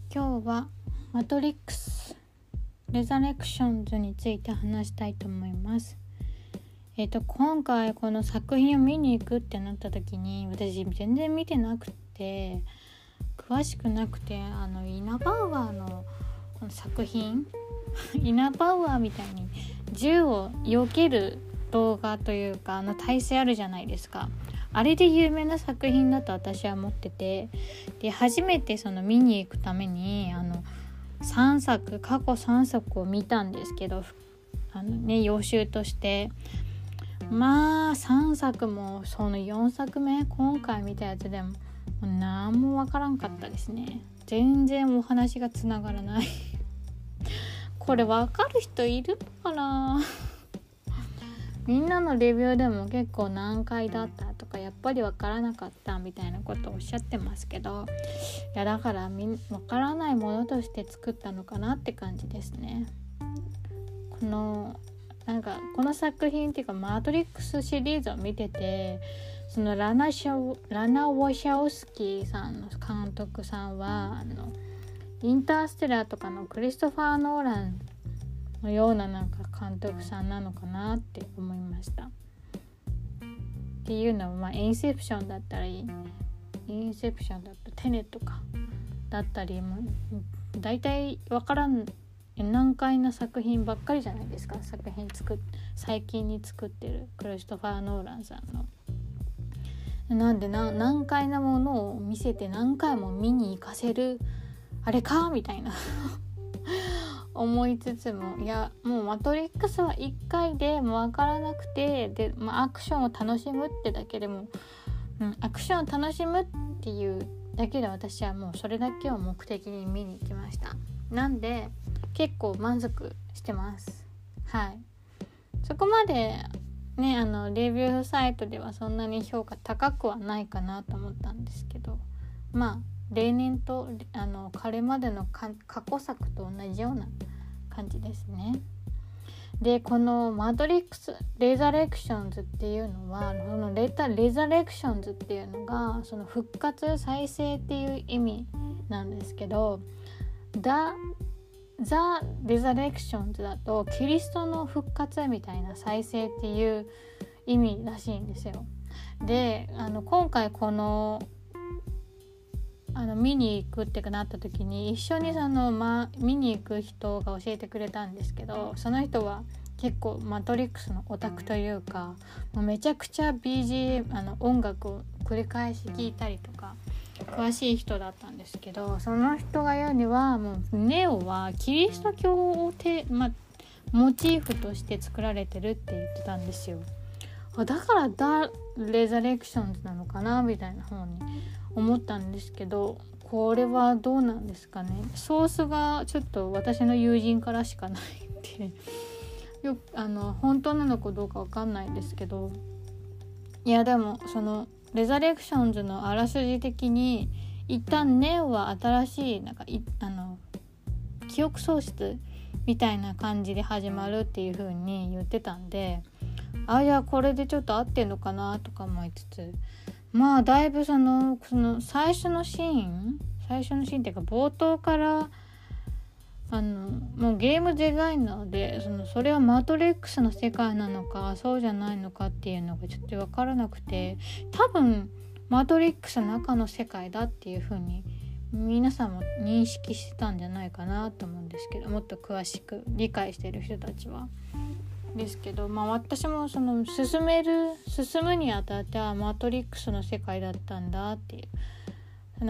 今日はマトリックスレザレクションズについて話したいと思います。今回この作品を見に行くってなった時に、私全然見てなくて詳しくなくて、イナバウアーのこの作品イナバウアーみたいに銃を避ける動画というか体勢あるじゃないですか。あれで有名な作品だと私は思ってて、で初めて見に行くために過去3作を見たんですけど、予習として3作もその4作目今回見たやつでも何もわからんかったですね。全然お話がつながらないこれわかる人いるのかなみんなのレビューでも結構難解だったとか、やっぱりわからなかったみたいなことをおっしゃってますけど、いやだからわからないものとして作ったのかなって感じですね。この作品っていうかマトリックスシリーズを見てて、そのラナ・ウォシャオスキーさんの監督さんはインターステラーとかのクリストファー・ノーランのような監督さんなのかなって思いました。っていうのはインセプションだったりテネットかだったりだいたいわからん難解な作品ばっかりじゃないですか。最近に作ってるクリストファー・ノーランさんのなんで難解なものを見せて何回も見に行かせるあれかみたいな思いつつも、いやもうマトリックスは1回でも分からなくて、で、アクションを楽しむってだけでも、アクションを楽しむっていうだけで私はもうそれだけを目的に見に行きました。なんで結構満足してます。はい。そこまでねレビューサイトではそんなに評価高くはないかなと思ったんですけど、例年と彼までの過去作と同じような感じですね。でこのマトリックスレザレクションズっていうのは、そのレザレクションズっていうのがその復活再生っていう意味なんですけど、ザ・レザレクションズだとキリストの復活みたいな再生っていう意味らしいんですよ。で今回この見に行くってなった時に一緒に見に行く人が教えてくれたんですけど、その人は結構マトリックスのオタクというか、もうめちゃくちゃ BGM 音楽を繰り返し聴いたりとか詳しい人だったんですけど、その人が言うにはもうネオはキリスト教をモチーフとして作られてるって言ってたんですよ。だからザ・レザレクションズなのかなみたいな方に思ったんですけど、これはどうなんですかね。ソースがちょっと私の友人からしかないって本当なのかどうかわかんないですけど、いやでもそのレザレクションズのあらすじ的に一旦ネオは新しい記憶喪失みたいな感じで始まるっていう風に言ってたんで、いやこれでちょっと合ってんのかなとか思いつつ、だいぶその最初のシーンっていうか冒頭からもうゲームデザイナーでそれはマトリックスの世界なのかそうじゃないのかっていうのがちょっと分からなくて、多分マトリックスの中の世界だっていう風に皆さんも認識してたんじゃないかなと思うんですけど、もっと詳しく理解してる人たちはですけど、私も進むにあたってはマトリックスの世界だったんだっていう、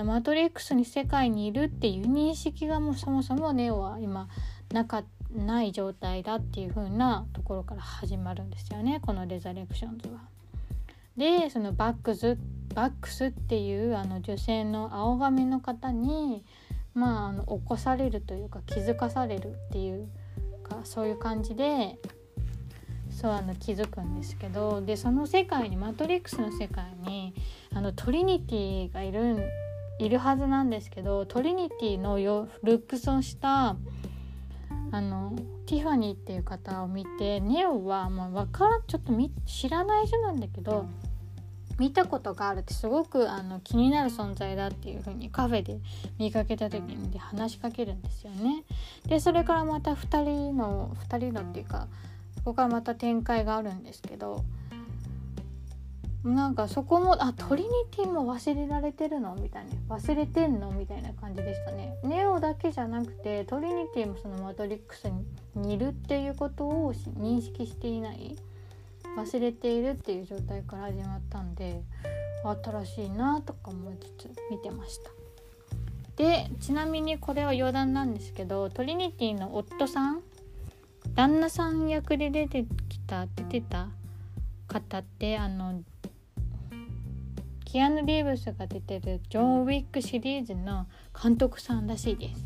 マトリックスに世界にいるっていう認識がもうそもそもネオは今ない状態だっていう風なところから始まるんですよね、このレザレクションズは。でそのバックスっていう女性の青髪の方に起こされるというか気づかされるっていうか、そういう感じで気づくんですけど、でその世界にマトリックスの世界にトリニティがいるはずなんですけど、トリニティのルックスをしたティファニーっていう方を見て、ネオはちょっと知らない人なんだけど見たことがあるって、すごく気になる存在だっていう風にカフェで見かけた時に話しかけるんですよね。でそれからまた2人のっていうか、そこからまた展開があるんですけど、なんかそこもトリニティも忘れられてるのみたいな、忘れてんのみたいな感じでしたね。ネオだけじゃなくてトリニティもそのマトリックスにいるっていうことを認識していない、忘れているっていう状態から始まったんで、新しいなとか思いつつ見てました。でちなみにこれは余談なんですけど、トリニティの夫さん、旦那さん役で出てた方ってキアヌ・リーブスが出てるジョン・ウィックシリーズの監督さんらしいです。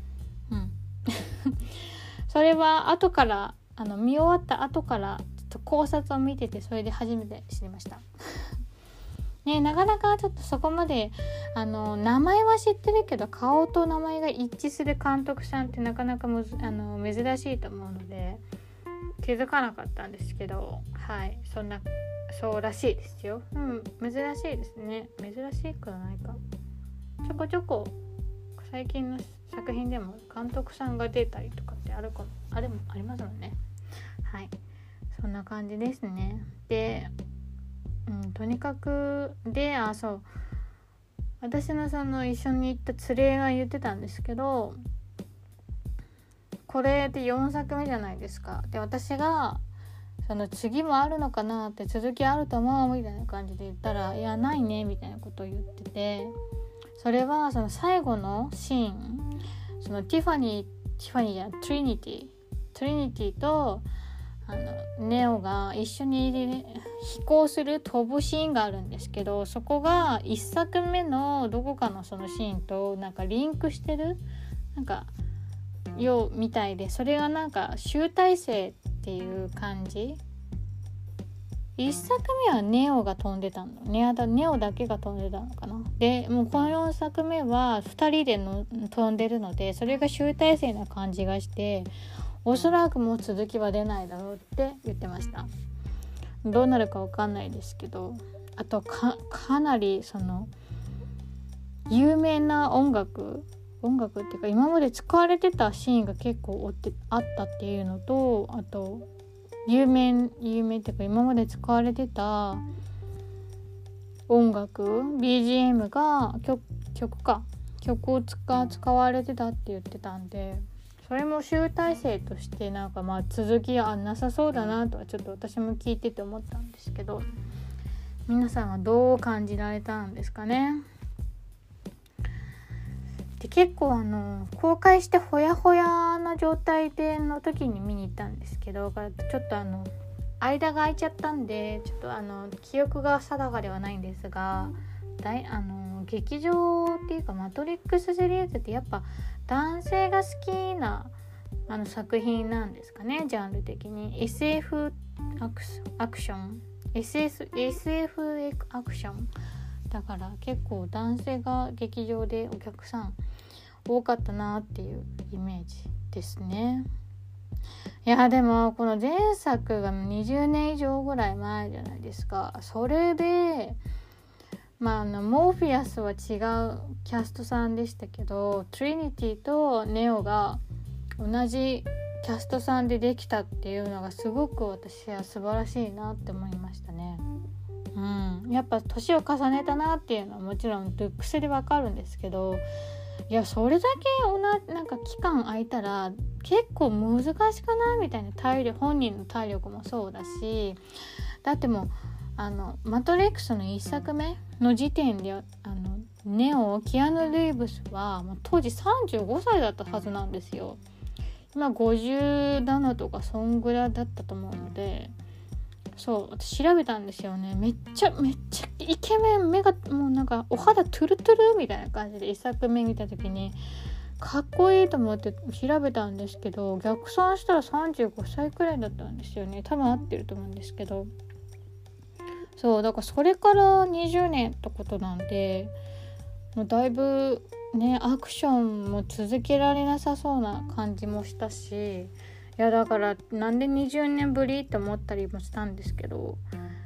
それは後から見終わった後からちょっと考察を見てて、それで初めて知りました。ね、なかなかちょっとそこまで名前は知ってるけど顔と名前が一致する監督さんってなかなか珍しいと思うので気づかなかったんですけど、はい、そうらしいですよ。珍しいですね。珍しくはないか。ちょこちょこ最近の作品でも監督さんが出たりとかってありますもんね。はい、そんな感じですね。で、とにかくで私の一緒に行った連れが言ってたんですけど、これで4作目じゃないですか。で私が次もあるのかなって、続きあると思うみたいな感じで言ったら、いやないねみたいなことを言ってて、それは最後のシーン、トリニティとネオが一緒に飛行する飛ぶシーンがあるんですけど、そこが1作目のどこかのそのシーンとなんかリンクしてるようみたいで、それがなんか集大成っていう感じ。1作目はネオが飛んでたの、ネオだけが飛んでたのかな。でもうこの4作目は2人で飛んでるので、それが集大成な感じがして、おそらくもう続きは出ないだろうって言ってました。どうなるか分かんないですけど、あと かなり有名な音楽っていうか今まで使われてたシーンが結構あったっていうのと、あと有名っていうか今まで使われてた音楽 BGM が曲を使われてたって言ってたんで、それも集大成としてなんか続きはなさそうだなとはちょっと私も聞いてて思ったんですけど、皆さんはどう感じられたんですかね。で結構公開してほやほやな状態での時に見に行ったんですけど、ちょっと間が空いちゃったんでちょっと記憶が定かではないんですが、劇場っていうかマトリックスシリーズってやっぱ男性が好きな作品なんですかね、ジャンル的に。SF アクション SF アクションだから結構男性が劇場でお客さん多かったなっていうイメージですね。いやでもこの前作が20年以上ぐらい前じゃないですか。それでモーフィアスは違うキャストさんでしたけど、トリニティとネオが同じキャストさんでできたっていうのがすごく私は素晴らしいなって思いましたね。やっぱ年を重ねたなっていうのはもちろんルックスでわかるんですけど、いやそれだけなんか期間空いたら結構難しくないみたいな、本人の体力もそうだし、だってもうマトリックスの1作目の時点でキアヌ・リーブスは当時35歳だったはずなんですよ。今57とかそんぐらいだったと思うので、そう私調べたんですよね。めっちゃイケメン、目がもうなんかお肌トゥルトゥルみたいな感じで1作目見た時にかっこいいと思って調べたんですけど、逆算したら35歳くらいだったんですよね。多分合ってると思うんですけど、そうだからそれから20年ってことなんで、もうだいぶねアクションも続けられなさそうな感じもしたし、いやだからなんで20年ぶりって思ったりもしたんですけど、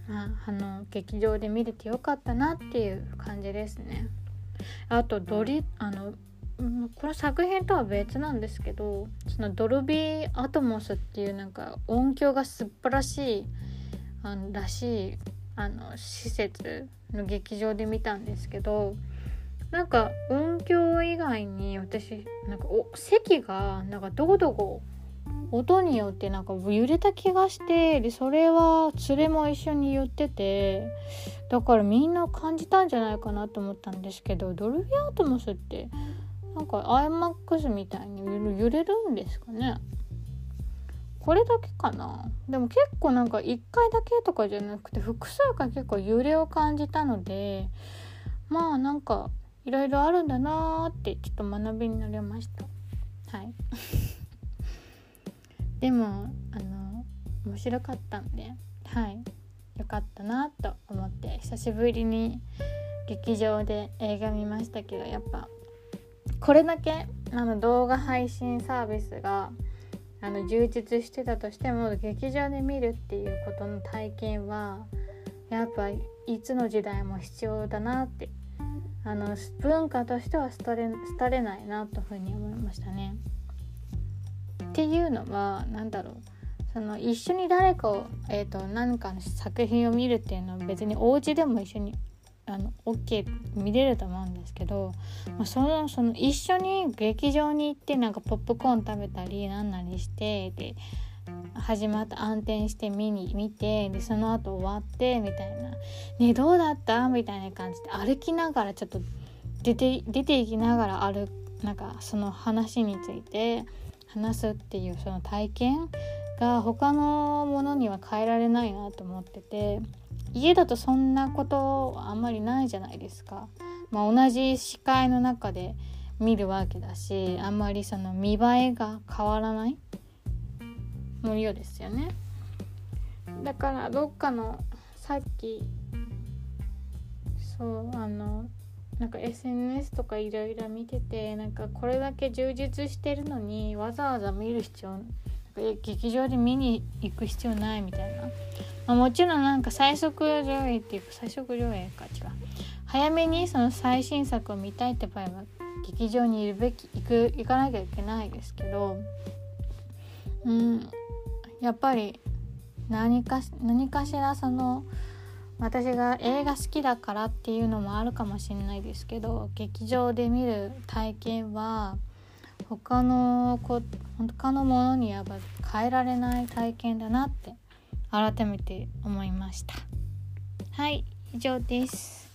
劇場で見れてよかったなっていう感じですね。あとこの作品とは別なんですけど、そのドルビーアトモスっていうなんか音響が素晴らしいらしい施設の劇場で見たんですけど、なんか音響以外に私なんか席がなんかどこどこ音によってなんか揺れた気がして、でそれは連れも一緒に言ってて、だからみんな感じたんじゃないかなと思ったんですけど、ドルビーアトモスってなんか IMAX みたいに揺れるんですかね。これだけかな。でも結構なんか1回だけとかじゃなくて複数回結構揺れを感じたので、まあなんかいろいろあるんだなーってちょっと学びになりました。はいでも面白かったんで、はいよかったなと思って、久しぶりに劇場で映画見ましたけど、やっぱこれだけ動画配信サービスが充実してたとしても、劇場で見るっていうことの体験はやっぱいつの時代も必要だなって、文化としては廃れないなというふうに思いましたね。っていうのは一緒に誰かを、何かの作品を見るっていうのは別にお家でも一緒にOK 見れると思うんですけど、その一緒に劇場に行ってなんかポップコーン食べたりなんなりして、で始まった暗転して見て、でその後終わってみたいな、ねどうだったみたいな感じで歩きながらちょっと出ていきながらなんかその話について話すっていうその体験が他のものには変えられないなと思ってて、家だとそんなことはあんまりないじゃないですか。同じ視界の中で見るわけだし、あんまりその見栄えが変わらないのようですよね。だからどっかのさっきなんか SNS とかいろいろ見てて、なんかこれだけ充実してるのにわざわざ見る必要、劇場で見に行く必要ないみたいな、もちろんなんか最速上映か違う、早めにその最新作を見たいって場合は劇場に行かなきゃいけないですけど、やっぱり何かしら私が映画好きだからっていうのもあるかもしれないですけど、劇場で見る体験は他のものには変えられない体験だなって改めて思いました。はい、以上です。